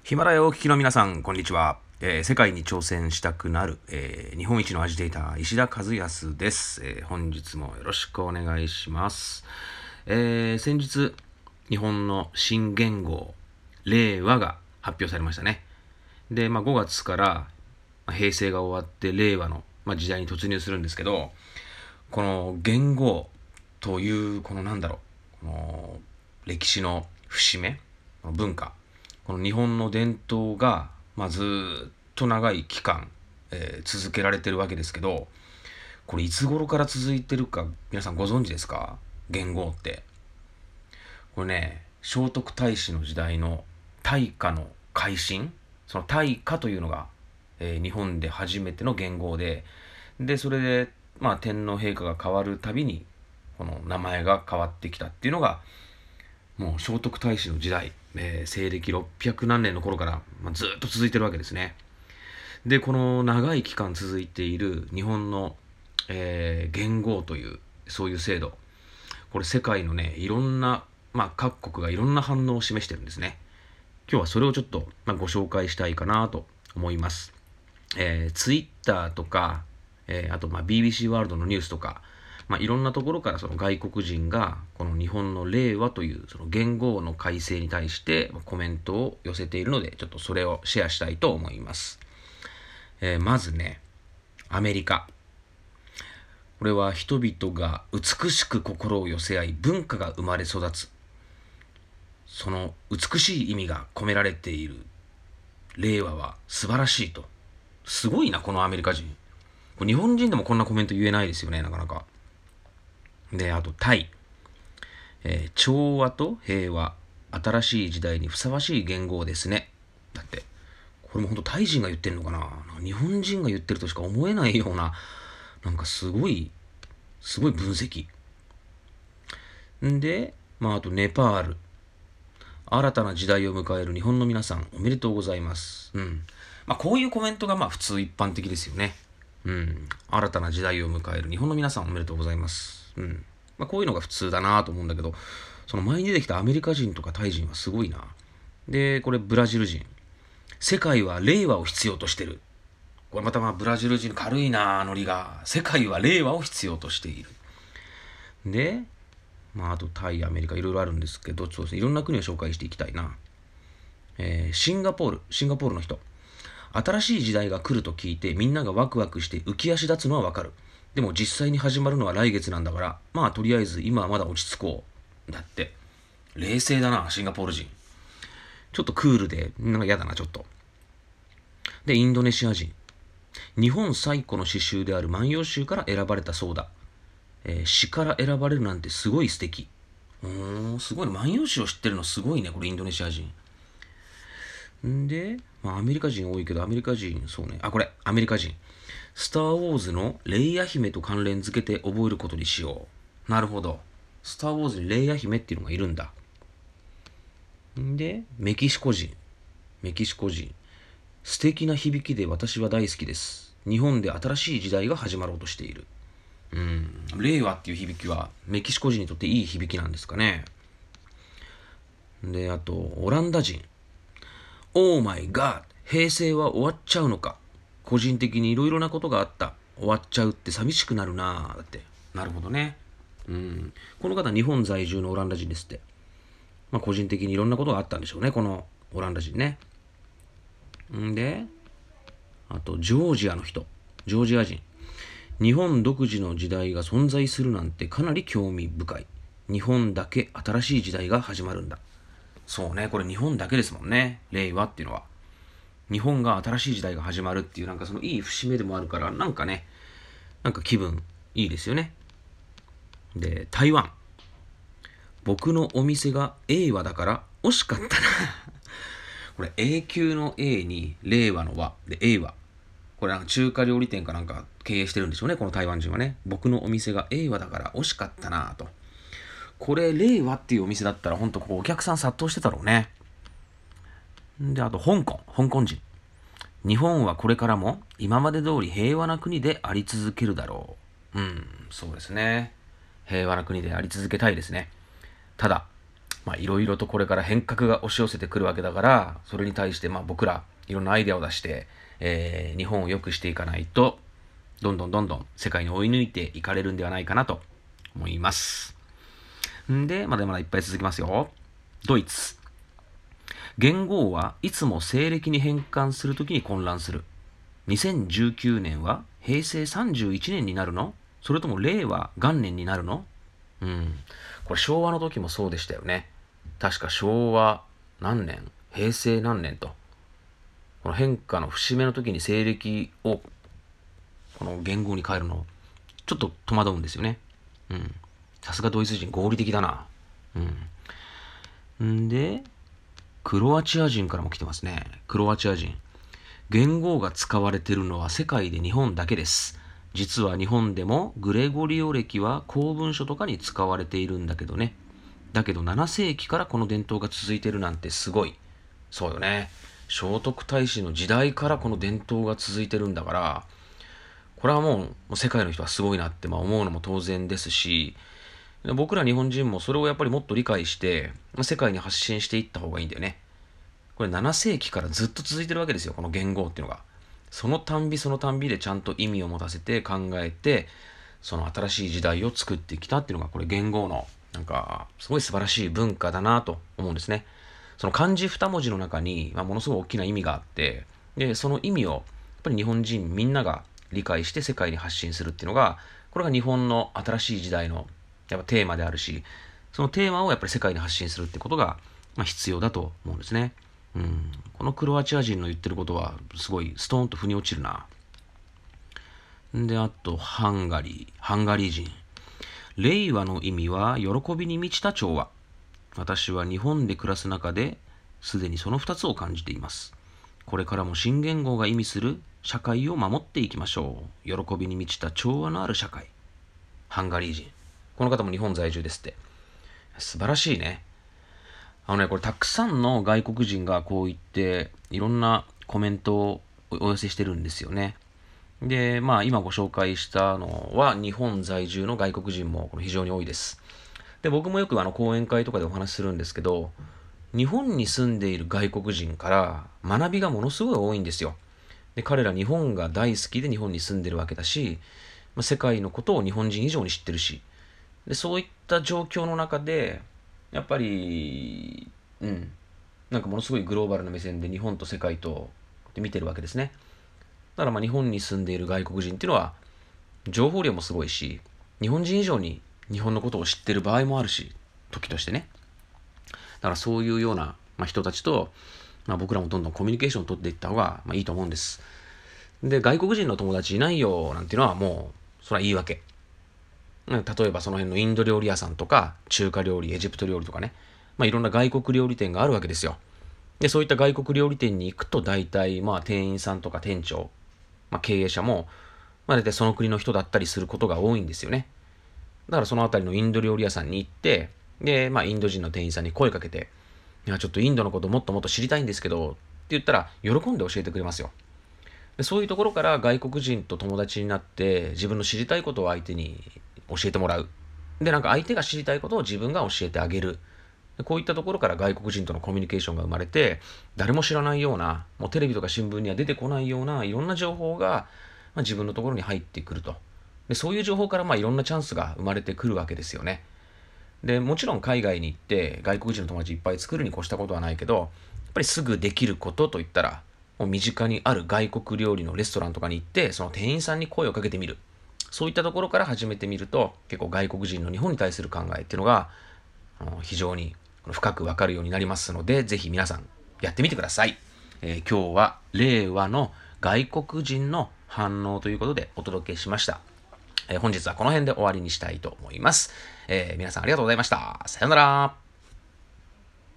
ヒマラヤをお聞きの皆さん、こんにちは。世界に挑戦したくなる、日本一のアジテーター、石田和康です。本日もよろしくお願いします。先日、日本の新元号、令和が発表されましたね。で、5月から平成が終わって令和の、時代に突入するんですけど、この元号という、この歴史の節目、文化、この日本の伝統が、ずっと長い期間、続けられてるわけですけど、これいつ頃から続いてるか皆さんご存知ですか？元号って。これね、聖徳太子の時代の大化の改新、その大化というのが、日本で初めての元号で、それで、天皇陛下が変わるたびに、この名前が変わってきたっていうのが、もう聖徳太子の時代、西暦600何年の頃から、ずっと続いてるわけですね。で、この長い期間続いている日本の、元号という、そういう制度。これ世界のね、いろんな、各国がいろんな反応を示してるんですね。今日はそれをちょっと、ご紹介したいかなと思います。ツイッターとか、あとBBC ワールドのニュースとか、いろんなところからその外国人がこの日本の令和というその元号の改正に対してコメントを寄せているので、ちょっとそれをシェアしたいと思います。まずね、アメリカ。これは人々が美しく心を寄せ合い文化が生まれ育つ、その美しい意味が込められている令和は素晴らしいと。すごいな、このアメリカ人。日本人でもこんなコメント言えないですよね、なかなか。で、あとタイ。調和と平和、新しい時代にふさわしい元号ですね。だって、これも本当タイ人が言ってんのかな、日本人が言ってるとしか思えないような、すごい分析。んで、あとネパール。新たな時代を迎える日本の皆さん、おめでとうございます。こういうコメントが普通一般的ですよね。新たな時代を迎える日本の皆さん、おめでとうございます。こういうのが普通だなと思うんだけど、その前に出てきたアメリカ人とかタイ人はすごいな。で、これブラジル人。世界は令和を必要としてる。これまたブラジル人軽いな、ノリが。世界は令和を必要としている。で、あとタイ、アメリカいろいろあるんですけど、いろんな国を紹介していきたいな。シンガポールの人。新しい時代が来ると聞いてみんながワクワクして浮き足立つのはわかる。でも実際に始まるのは来月なんだから、とりあえず今はまだ落ち着こう。だって。冷静だな、シンガポール人。ちょっとクールで、嫌だな、ちょっと。で、インドネシア人。日本最古の詩集である万葉集から選ばれたそうだ。詩から選ばれるなんてすごい素敵。すごいね。万葉集を知ってるのすごいね、これインドネシア人。で、アメリカ人多いけど、アメリカ人、そうね。これ、アメリカ人。スター・ウォーズのレイヤ姫と関連付けて覚えることにしよう。なるほど。スター・ウォーズにレイヤ姫っていうのがいるんだ。で、メキシコ人。素敵な響きで私は大好きです。日本で新しい時代が始まろうとしている。令和っていう響きはメキシコ人にとっていい響きなんですかね。で、あと、オランダ人。オーマイガー、平成は終わっちゃうのか。個人的にいろいろなことがあった。終わっちゃうって寂しくなるなぁ。だって。なるほどね。この方、日本在住のオランダ人ですって。個人的にいろんなことがあったんでしょうね、このオランダ人ね。で、あと、ジョージア人。日本独自の時代が存在するなんてかなり興味深い。日本だけ新しい時代が始まるんだ。そうね、これ日本だけですもんね、令和っていうのは。日本が新しい時代が始まるっていうそのいい節目でもあるから、気分いいですよね。で、台湾。僕のお店が令和だから惜しかったな。これ永久の A に令和の和で令和。これ中華料理店か経営してるんでしょうね、この台湾人はね。僕のお店が令和だから惜しかったなと。これ令和っていうお店だったら本当お客さん殺到してたろうね。で、あと香港人。日本はこれからも今まで通り平和な国であり続けるだろう。そうですね。平和な国であり続けたいですね。ただ、 いろいろとこれから変革が押し寄せてくるわけだから、それに対して僕らいろんなアイデアを出して、日本を良くしていかないと、どんどん世界に追い抜いていかれるんではないかなと思います。んで、まだまだいっぱい続きますよ。ドイツ。元号はいつも西暦に変換するときに混乱する。2019年は平成31年になるの？それとも令和元年になるの？これ昭和の時もそうでしたよね。確か昭和何年、平成何年と。この変化の節目の時に西暦をこの元号に変えるの、ちょっと戸惑うんですよね。さすがドイツ人合理的だな。で、クロアチア人からも来てますね。クロアチア人。元号が使われているのは世界で日本だけです。実は日本でもグレゴリオ暦は公文書とかに使われているんだけどね。だけど7世紀からこの伝統が続いているなんてすごい。そうよね。聖徳太子の時代からこの伝統が続いてるんだから、これはもう世界の人はすごいなって思うのも当然ですし、僕ら日本人もそれをやっぱりもっと理解して世界に発信していった方がいいんだよね。これ7世紀からずっと続いてるわけですよ、この元号っていうのが。そのたんびでちゃんと意味を持たせて考えて、その新しい時代を作ってきたっていうのが、これ元号のすごい素晴らしい文化だなと思うんですね。その漢字2文字の中に、ものすごい大きな意味があって、でその意味をやっぱり日本人みんなが理解して世界に発信するっていうのが、これが日本の新しい時代のやっぱテーマであるし、そのテーマをやっぱり世界に発信するってことが、必要だと思うんですね。このクロアチア人の言ってることはすごいストーンと腑に落ちるな。で、あとハンガリー人。令和の意味は喜びに満ちた調和。私は日本で暮らす中ですでにその2つを感じています。これからも新元号が意味する社会を守っていきましょう。喜びに満ちた調和のある社会。ハンガリー人。この方も日本在住ですって。素晴らしいね。これたくさんの外国人がこう言っていろんなコメントをお寄せしてるんですよね。で、今ご紹介したのは日本在住の外国人も非常に多いです。で、僕もよく講演会とかでお話しするんですけど、日本に住んでいる外国人から学びがものすごい多いんですよ。で、彼ら日本が大好きで日本に住んでるわけだし、世界のことを日本人以上に知ってるし、でそういった状況の中でやっぱりものすごいグローバルな目線で日本と世界と見てるわけですね。だから日本に住んでいる外国人っていうのは情報量もすごいし、日本人以上に日本のことを知ってる場合もあるし、時としてね。だからそういうような、人たちと、僕らもどんどんコミュニケーションを取っていった方が、いいと思うんです。で、外国人の友達いないよなんていうのはもうそれは言い訳。例えばその辺のインド料理屋さんとか中華料理、エジプト料理とかね、いろんな外国料理店があるわけですよ。で、そういった外国料理店に行くと大体店員さんとか店長、経営者も大体その国の人だったりすることが多いんですよね。だからそのあたりのインド料理屋さんに行って、で、インド人の店員さんに声かけて、いや、ちょっとインドのこともっともっと知りたいんですけどって言ったら喜んで教えてくれますよ。で、そういうところから外国人と友達になって自分の知りたいことを相手に教えてもらう。で、相手が知りたいことを自分が教えてあげる。こういったところから外国人とのコミュニケーションが生まれて、誰も知らないような、もうテレビとか新聞には出てこないようないろんな情報が、自分のところに入ってくると。で、そういう情報からいろんなチャンスが生まれてくるわけですよね。で、もちろん海外に行って外国人の友達いっぱい作るに越したことはないけど、やっぱりすぐできることといったら、もう身近にある外国料理のレストランとかに行って、その店員さんに声をかけてみる。そういったところから始めてみると、結構外国人の日本に対する考えっていうのが、非常に深くわかるようになりますので、ぜひ皆さんやってみてください。今日は令和の外国人の反応ということでお届けしました。本日はこの辺で終わりにしたいと思います。皆さんありがとうございました。さようなら。